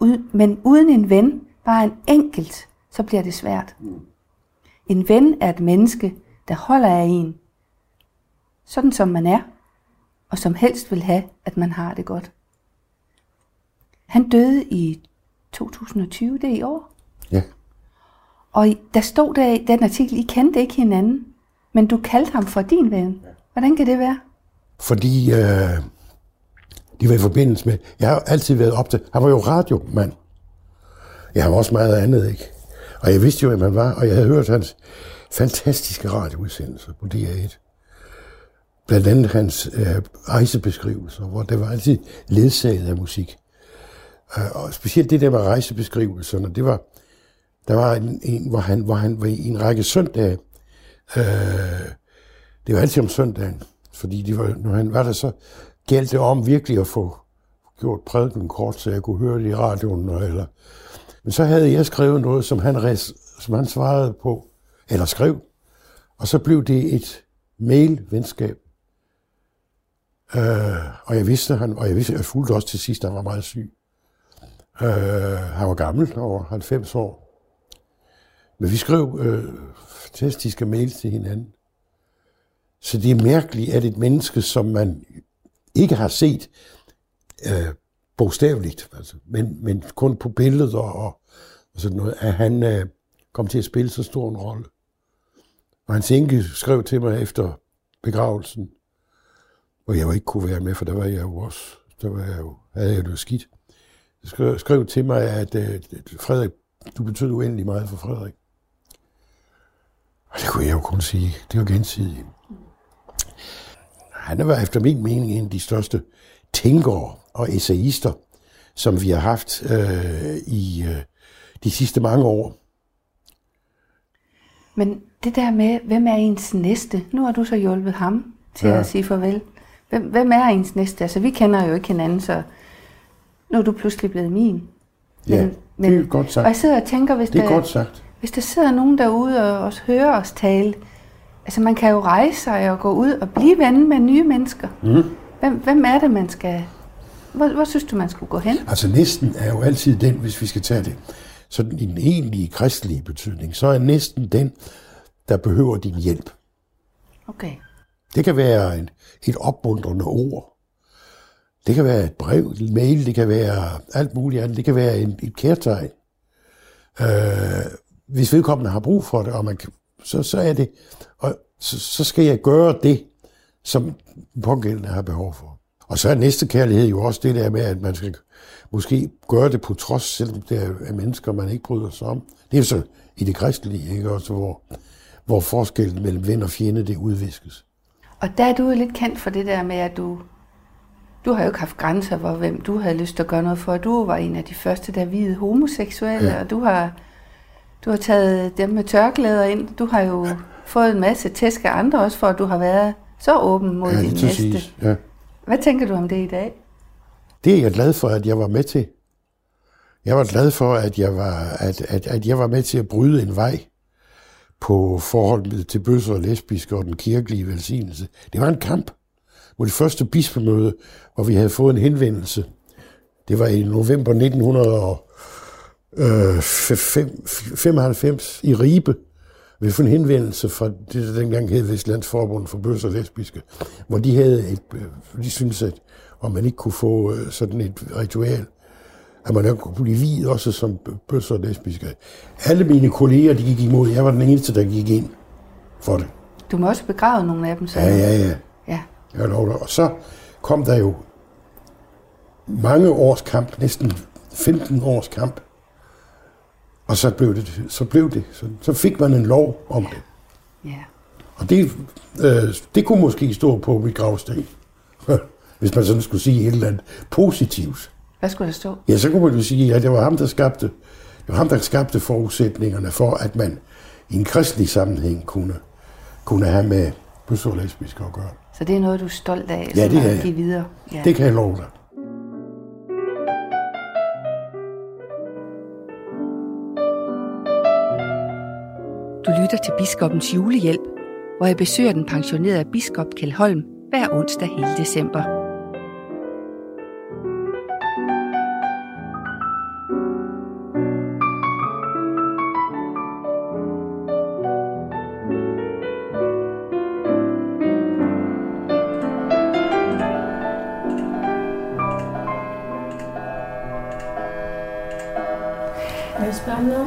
men uden en ven, bare en enkelt, så bliver det svært. En ven er et menneske, der holder af en, sådan som man er, og som helst vil have, at man har det godt. Han døde i to tusind og tyve, det er i år. Ja. Og der stod der i den artikel, I kendte ikke hinanden, men du kaldte ham for din ven. Hvordan kan det være? Fordi øh, de var i forbindelse med... Jeg har altid været optaget... Han var jo radiomand. Jeg har også meget andet, ikke? Og jeg vidste jo, hvem han var, og jeg havde hørt hans fantastiske radioudsendelser på D R et. Blandt andet hans øh, rejsebeskrivelser, hvor det var altid ledsaget af musik. Øh, og specielt det der med rejsebeskrivelserne, det var... Der var en, en hvor, han, hvor han var i en række søndage. Øh, det var altid om søndagen, fordi de var, når han var der, så galt det om virkelig at få gjort prædiken kort, så jeg kunne høre det i radioen. Eller. Men så havde jeg skrevet noget, som han, res, som han svarede på, eller skrev, og så blev det et mail-venskab. Øh, og jeg vidste, han, og jeg vidste, jeg fulgte også til sidst, han var meget syg. Øh, han var gammel, over halvfems år. Men vi skrev øh, fantastiske mails til hinanden. Så det er mærkeligt, at et menneske, som man ikke har set øh, bogstaveligt, altså, men, men kun på billeder og, og sådan noget, at han øh, kom til at spille så stor en rolle. Og hans enke skrev til mig efter begravelsen, hvor jeg jo ikke kunne være med, for der var jeg jo også, der var jeg jo, havde jeg det jo skidt. Skrev, skrev til mig, at øh, Frederik, du betød uendelig meget for Frederik. Og det kunne jeg jo kun sige. Det var gensidigt. Han var efter min mening en af de største tænkere og essayister, som vi har haft øh, i øh, de sidste mange år. Men det der med, hvem er ens næste? Nu har du så hjulpet ham til ja. at sige farvel. Hvem, hvem er ens næste? Altså, vi kender jo ikke hinanden, så nu er du pludselig blevet min. Men, ja, det er men, godt sagt. Og jeg sidder og tænker, hvis, det er der, godt sagt. hvis der sidder nogen derude og også hører os tale, altså man kan jo rejse sig og gå ud og blive ven med nye mennesker. Mm. Hvem, hvem er det, man skal... Hvor, hvor synes du, man skulle gå hen? Altså næsten er jo altid den, hvis vi skal tage det, sådan i den egentlige kristelige betydning, så er næsten den, der behøver din hjælp. Okay. Det kan være en, et opmuntrende ord. Det kan være et brev, en mail, det kan være alt muligt andet. Det kan være en, et kærtegn. Øh, hvis vedkommende har brug for det, og man kan, så, så er det, og så, så skal jeg gøre det, som den pågældende har behov for. Og så er næste kærlighed jo også det der med, at man skal måske gøre det på trods, selvom det er mennesker, man ikke bryder sig om. Det er jo så i det kristelige, ikke? Også hvor, hvor forskellen mellem ven og fjende, det udviskes. Og der er du jo lidt kendt for det der med, at du, du har jo ikke haft grænser for, hvem du havde lyst til at gøre noget for. Du var en af de første, der viede homoseksuelle, ja. Og du har, du har taget dem med tørklæder ind. Du har jo ja. fået en masse tæsk af andre også, for at du har været så åben mod ja, din næste. Ja. Hvad tænker du om det i dag? Det er jeg glad for, at jeg var med til. Jeg var glad for, at jeg var, at, at, at jeg var med til at bryde en vej på forholdet til bøsser og lesbiske og den kirkelige velsignelse. Det var en kamp mod det første bispemøde, hvor vi havde fået en henvendelse. Det var i november nitten femoghalvfems i Ribe. Vi havde fået en henvendelse fra det, der dengang hed Vestlands Forbund for Bøsser og Lesbiske, hvor de havde et, de syntes, at om man ikke kunne få sådan et ritual, at man ikke kunne blive viet også som bøsser og lesbiske. Alle mine kolleger, de gik imod. Jeg var den eneste, der gik ind for det. Du må også begrave nogle af dem, så. Ja, ja, ja. ja. Jeg lover. Og så kom der jo mange års kamp, næsten femten års kamp. Og så blev det, så blev det. Så, så fik man en lov om det. Ja. Og det, øh, det kunne måske stå på mit gravsten, hvis man sådan skulle sige et eller andet positivt. Hvad skulle der stå? Ja, så kunne man jo sige, at det var ham, der skabte, det var ham, der skabte forudsætningerne for, at man i en kristelig sammenhæng kunne, kunne have med bøsser og lesbiske at gøre. Så det er noget, du er stolt af, ja, som det at give videre? Ja, det kan jeg love dig. Du lytter til Biskoppens julehjælp, hvor jeg besøger den pensionerede biskop Kjeld Holm hver onsdag hele december.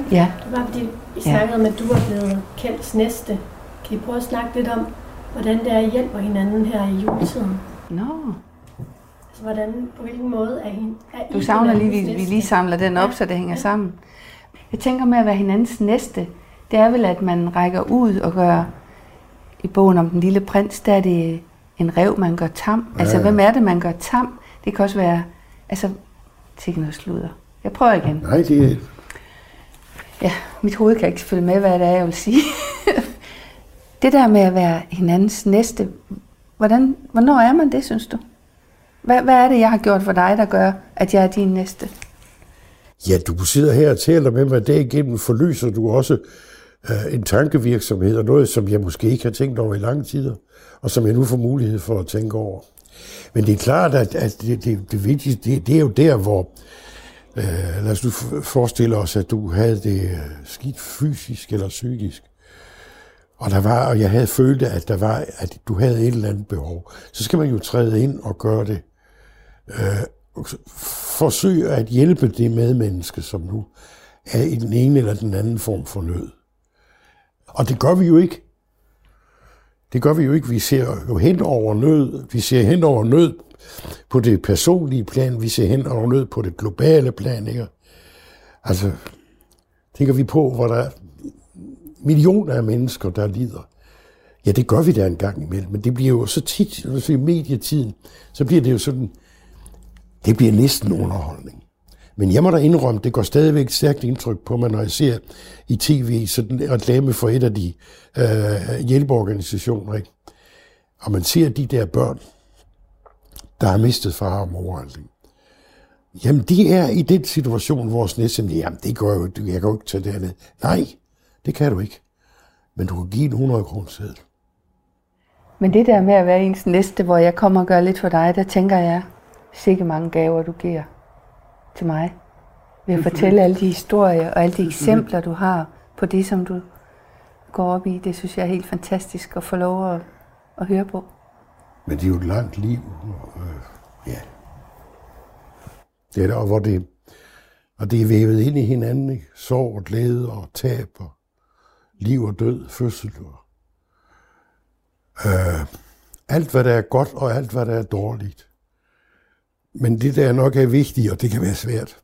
Ja. Det var fordi, I snakkede ja. om, at du var blevet Kjelds næste. Kan I prøve at snakke lidt om, hvordan det er, I hjælper hinanden her i juletiden? Nå. No. Altså, hvordan, på hvilken måde er I, er I Du savner lige, vi, vi lige samler den op, ja. Så det hænger ja. sammen. Jeg tænker med at være hinandens næste, det er vel, at man rækker ud og gør, i bogen om den lille prins, der er det en ræv, man gør tam. Ja. Altså, hvem er det, man gør tam? Det kan også være, altså, til noget sludder. Jeg prøver igen. Nej, det er... Ja, mit hoved kan ikke følge med, hvad det er, jeg vil sige. Det der med at være hinandens næste, hvordan, hvornår er man det, synes du? Hvad, hvad er det, jeg har gjort for dig, der gør, at jeg er din næste? Ja, du sidder her og taler med mig, derigennem forløser du også øh, en tankevirksomhed, og noget, som jeg måske ikke har tænkt over i lange tider, og som jeg nu får mulighed for at tænke over. Men det er klart, at, at det, det, det vigtigste, det, det er jo der, hvor, øh, lad os nu forestille os, at du havde det skidt fysisk eller psykisk, og der var, og jeg havde følt, at der var, at du havde et eller andet behov. Så skal man jo træde ind og gøre det. Øh, forsøge at hjælpe det medmenneske, som nu er i den ene eller den anden form for nød. Og det gør vi jo ikke. Det gør vi jo ikke. Vi ser jo hen over nød. Vi ser hen over nød på det personlige plan. Vi ser hen over nød på det globale plan. Ikke? Altså, tænker vi på, hvor der er millioner af mennesker, der lider. Ja, det gør vi da en gang imellem, men det bliver jo så tit, når vi medietiden, så bliver det jo sådan, det bliver næsten underholdning. Men jeg må da indrømme, det går stadigvæk stærkt indtryk på mig, når jeg ser i tv sådan en reklame for et af de øh, hjælpeorganisationer, ikke? Og man ser de der børn, der har mistet far og mor. Altså. Jamen, de er i den situation, hvor vores næste, jamen, det går jo, jeg kan jo ikke tage det andet. Nej, det kan du ikke. Men du kan give en hundrede kroner seddel. Men det der med at være ens næste, hvor jeg kommer og gør lidt for dig, der tænker jeg, sikke mange gaver du giver til mig. Ved at fortælle alle de historier og alle de eksempler, du har på det, som du går op i. Det synes jeg er helt fantastisk at få lov at, at høre på. Men det er jo et langt liv. Øh, ja. Det er der, hvor det, og det er vævet ind i hinanden. Ikke? Sorg og glæde og tab og liv og død, fødsel. Og, øh, alt, hvad der er godt og alt, hvad der er dårligt. Men det, der nok er vigtigt, og det kan være svært,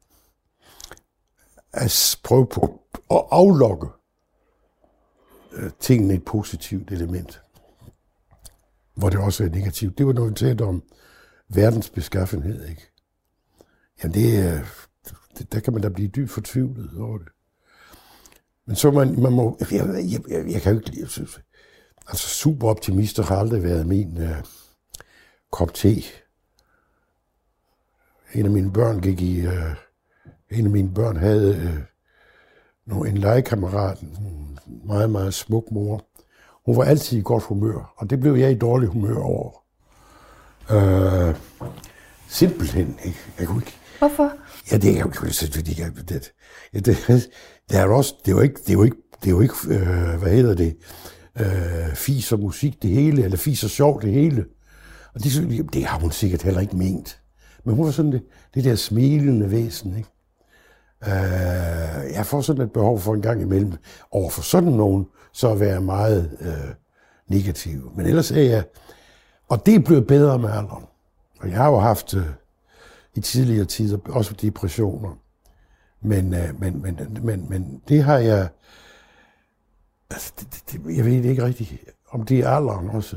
at prøve på at aflokke øh, tingene et positivt element, hvor det også er negativt. Det var noget, vi talte om verdens beskaffenhed, ikke? Jamen, det, det, der kan man da blive dybt fortvivlet over det. Men så man, man må, jeg, jeg, jeg, jeg kan jo ikke, jeg synes, altså superoptimister har aldrig været min øh, kop te. En af mine børn gik i, øh, en af mine børn havde øh, nu en legekammerat, en meget, meget smuk mor. Hun var altid i godt humør, og det blev jeg i dårlig humør over. Øh, simpelthen, ikke? Jeg kunne ikke. Hvorfor? Ja, det er jo ikke, fordi jeg, det, det, det, det er også, det er jo ikke, det er jo ikke, det er jo ikke, øh, hvad hedder det, øh, fis og musik det hele, eller fis og sjov det hele. Og det, det har hun sikkert heller ikke ment. Men hun var sådan det, det der smilende væsen, ikke? Øh, jeg får sådan et behov for en gang imellem, overfor sådan nogen, så at være meget øh, negativ. Men ellers er jeg, og det er blevet bedre med alderen. Og jeg har jo haft øh, i tidligere tider også depressioner. Men, øh, men, men, men, men det har jeg, altså, det, det, jeg ved ikke rigtigt, om det er alderen også.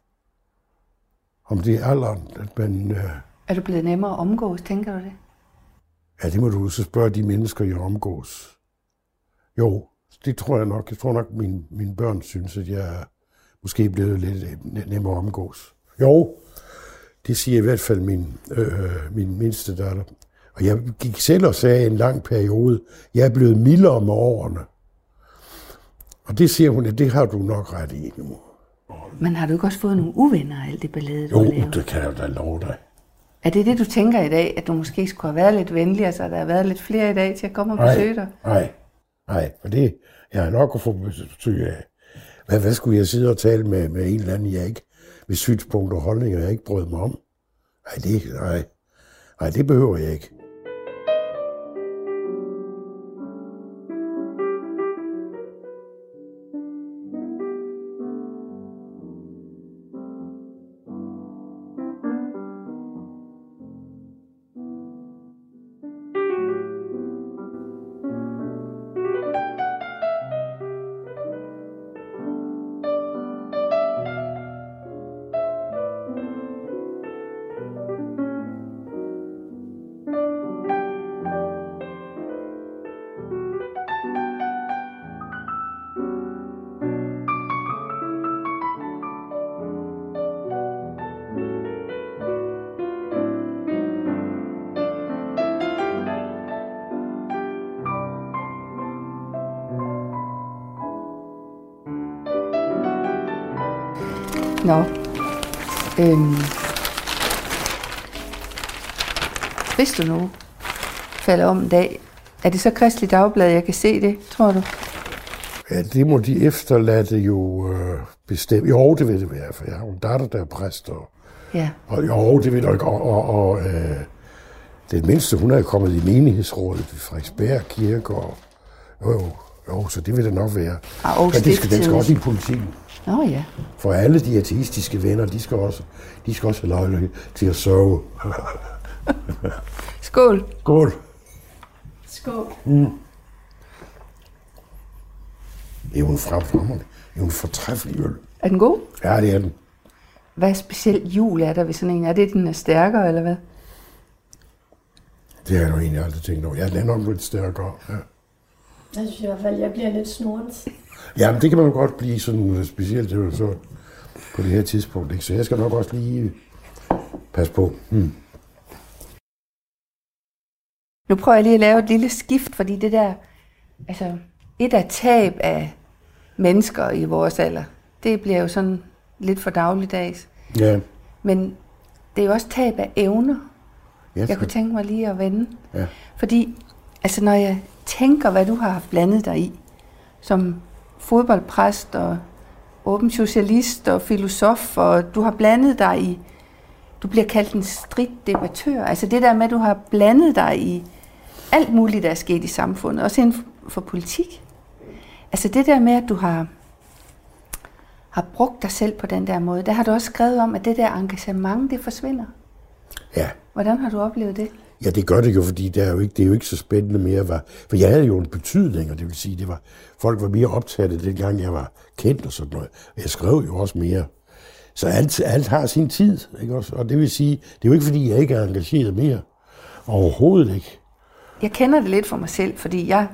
Om det er alderen, at man... Øh, er du blevet nemmere at omgås, tænker du det? Ja, det må du så spørge de mennesker, jeg omgås. Jo, det tror jeg nok. Jeg tror nok, mine, mine børn synes, at jeg er måske blevet lidt nemmere at omgås. Jo, det siger i hvert fald min, øh, min mindste datter. Og jeg gik selv og sagde en lang periode, jeg er blevet mildere med årene. Og det siger hun, at det har du nok ret i nu. Men har du ikke også fået nogle uvenner af alt det ballade, du jo, har lavet? Jo, det kan jeg da love dig. Er det det, du tænker i dag, at du måske skulle have været lidt venligere, så der har været lidt flere i dag til at komme og besøge dig? Nej, nej, for det jeg har nok at få besøg af. Hvad, hvad skulle jeg sidde og tale med, med en eller anden, jeg ikke, med synspunkter og holdninger, jeg ikke brød mig om? Nej, det, nej, nej, det behøver jeg ikke. Nå. Øhm. Hvis du nu falder om en dag, er det så Kristeligt Dagblad, jeg kan se det, tror du? Ja, det må de efterladte jo øh, bestemme. Jo, det vil det være, for jeg har en datter, der er præst. Og, ja. Og jo, det vil ikke. Og, og, og øh, det mindste, hun er kommet i menighedsrådet i Frederiksberg Kirke. Og, jo, jo, jo, så det vil det nok være. Og, og men det skal, den skal også i politikken. Nå ja. For alle de ateistiske venner, de skal også, de skal også have lejlighed til at sove. Skål. Skål. Skål. Mm. Det er jo en fremfremmende. Det er jo en fortræffelig øl. Er den god? Ja, det er den. Hvad specielt jul er der ved sådan en? Er det, den er stærkere, eller hvad? Det har jeg jo egentlig aldrig tænkt over. Jeg er nok lidt stærkere. Ja. Jeg synes i hvert fald, jeg bliver lidt snorens. Ja, men det kan man jo godt blive sådan specielt det er jo så på det her tidspunkt. Ikke? Så jeg skal nok også lige passe på. Hmm. Nu prøver jeg lige at lave et lille skift, fordi det der, altså et af tab af mennesker i vores alder, det bliver jo sådan lidt for dagligdags. Ja. Men det er jo også tab af evner. Jeg, jeg kunne tænke mig lige at vende. Ja. Fordi, altså når jeg tænker, hvad du har haft blandet dig i, som fodboldpræst og åben socialist og filosof, og du har blandet dig i, du bliver kaldt en stridt debattør. Altså det der med, at du har blandet dig i alt muligt, der er sket i samfundet, også inden for politik. Altså det der med, at du har, har brugt dig selv på den der måde, der har du også skrevet om, at det der engagement, det forsvinder. Ja. Hvordan har du oplevet det? Ja, det gør det jo, fordi det er jo ikke, det er jo ikke så spændende mere. Var, for jeg havde jo en betydning, og det vil sige, det var, folk var mere optaget dengang jeg var kendt og sådan noget. Og jeg skrev jo også mere. Så alt, alt har sin tid, ikke også? Og det vil sige, det er jo ikke, fordi jeg ikke er engageret mere. Overhovedet ikke. Jeg kender det lidt for mig selv, fordi jeg,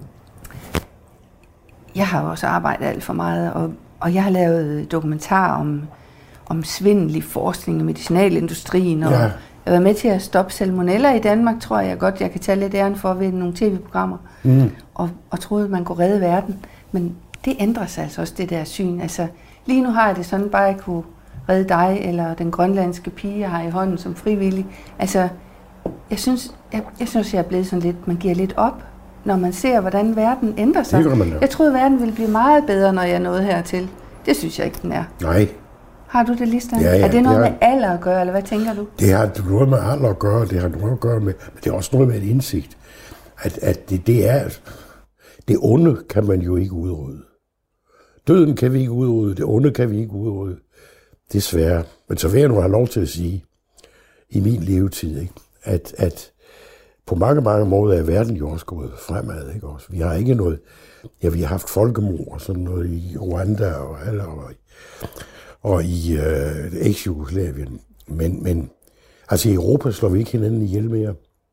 jeg har også arbejdet alt for meget, og, og jeg har lavet dokumentar om, om svindel i forskning i medicinalindustrien, og ja. Jeg har været med til at stoppe salmonella i Danmark, tror jeg godt, jeg kan tage lidt æren for ved nogle tv-programmer, mm. og, og troede, man kunne redde verden. Men det ændrer sig altså også, det der syn. Altså, lige nu har jeg det sådan, bare jeg kunne redde dig, eller den grønlandske pige, jeg har i hånden som frivillig. Altså, jeg synes, jeg, jeg synes, jeg er blevet sådan lidt, man giver lidt op, når man ser, hvordan verden ændrer sig. Jeg troede, verden ville blive meget bedre, når jeg nåede hertil. Det synes jeg ikke, den er. Nej. Har du det, Listan? Ja, ja, er det noget det er, med alder at gøre, eller hvad tænker du? Det har noget med alder at gøre, det har noget at gøre med, men det er også noget med et indsigt. At, at det, det er, det onde kan man jo ikke udrydde. Døden kan vi ikke udrydde, det onde kan vi ikke udrydde. Desværre. Men så vil jeg nu have lov til at sige, i min levetid, ikke? At, at på mange, mange måder er verden jo også gået fremad, ikke også? Vi har ikke noget, ja, vi har haft folkemord og sådan noget i Rwanda og, og, og i øh, eks-Jugoslavien. Men, men altså i Europa slår vi ikke hinanden ihjel mere.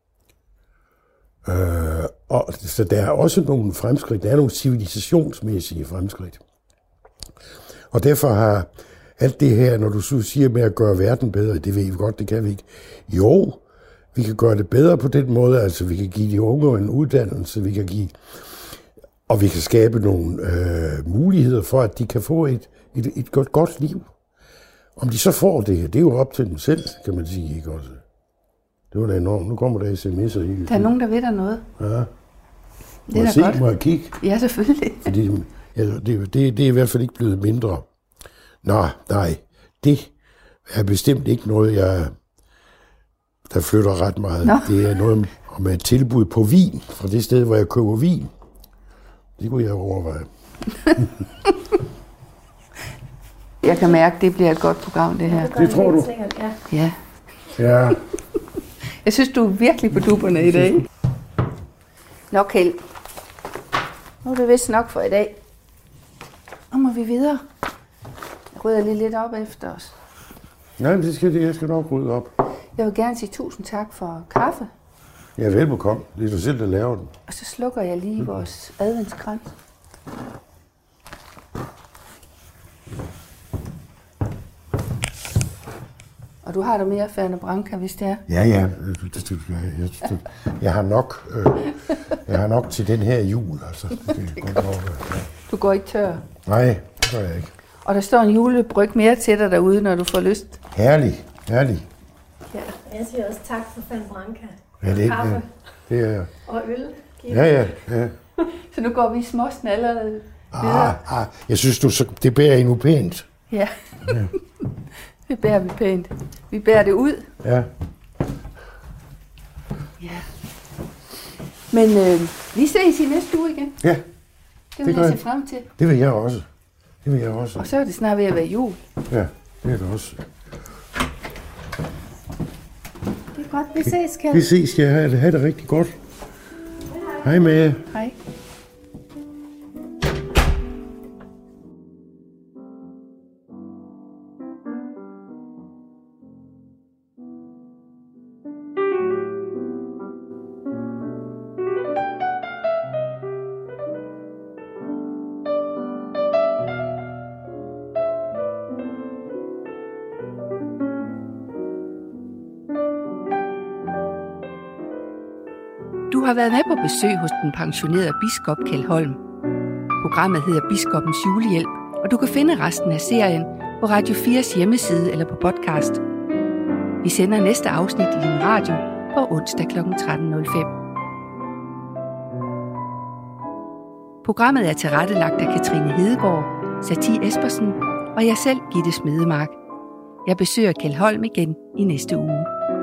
Øh, og så der er også nogle fremskridt, der er nogle civilisationsmæssige fremskridt. Og derfor har alt det her, når du siger med at gøre verden bedre, det ved vi godt, det kan vi ikke. Jo, vi kan gøre det bedre på den måde, altså vi kan give de unge en uddannelse, vi kan give, og vi kan skabe nogle øh, muligheder for, at de kan få et, et, et godt, godt liv. Om de så får det, det er jo op til dem selv, kan man sige, ikke også? Det var da enormt. Nu kommer der sms'er hele. Der er nogen, der ved der noget. Ja. Det må er se, godt. må jeg kigge? Ja, selvfølgelig. Fordi, ja, det, det, det er i hvert fald ikke blevet mindre. Nå, nej. Det er bestemt ikke noget, jeg, der flytter ret meget. Nå. Det er noget om et tilbud på vin, fra det sted, hvor jeg køber vin. Det kunne jeg overveje. Jeg kan mærke, at det bliver et godt program, det her. Ja, det, det tror du? Sikkert, ja. Ja. Ja. Jeg synes, du er virkelig på dupperne i dag. Nå, Kjeld. Nu er det vist nok for i dag. Nu må vi videre. Jeg rydder lige lidt op efter os. Nej, det skal det. Jeg skal nok rydde op. Jeg vil gerne sige tusind tak for kaffe. Ja, velbekomme. Det er du selv, der laver den. Og så slukker jeg lige mm. vores adventskrans. Og du har der mere Fernet Branca, hvis det er? Ja, ja. Jeg, jeg, jeg, har nok, øh, jeg har nok til den her jul. Altså. Det det går. Ja. Du går ikke tør? Nej, det gør jeg ikke. Og der står en julebryg mere til dig derude, når du får lyst. Herlig, herlig. Ja, jeg siger også tak for Fan Branca. Ja, det er Kaffe det. Det er og øl. Ja, ja, ja. Så nu går vi i småsten allerede Ah, videre. ah, jeg synes, du, så- det bærer endnu pænt. Ja, det bærer vi pænt. Vi bærer det ud. Ja. Ja. Men øh, vi ses i næste uge igen. Ja, Det vil Det gør jeg jeg. se frem til. det vil jeg også. Det vil jeg også. Og så er det snart ved at være jul. Ja, det er det også. Det er godt, vi ses, Kjeld. Vi ses, skal jeg have det, have det rigtig godt. Hej med jer. Hej. Du har været med på besøg hos den pensionerede biskop Kjeld Holm. Programmet hedder Biskoppens Julehjælp, og du kan finde resten af serien på Radio fires hjemmeside eller på podcast. Vi sender næste afsnit i din radio på onsdag kl. tretten nul fem. Programmet er tilrettelagt af Katrine Hedegaard, Satie Espersen og jeg selv, Gitte Smedemark. Jeg besøger Kjeld Holm igen i næste uge.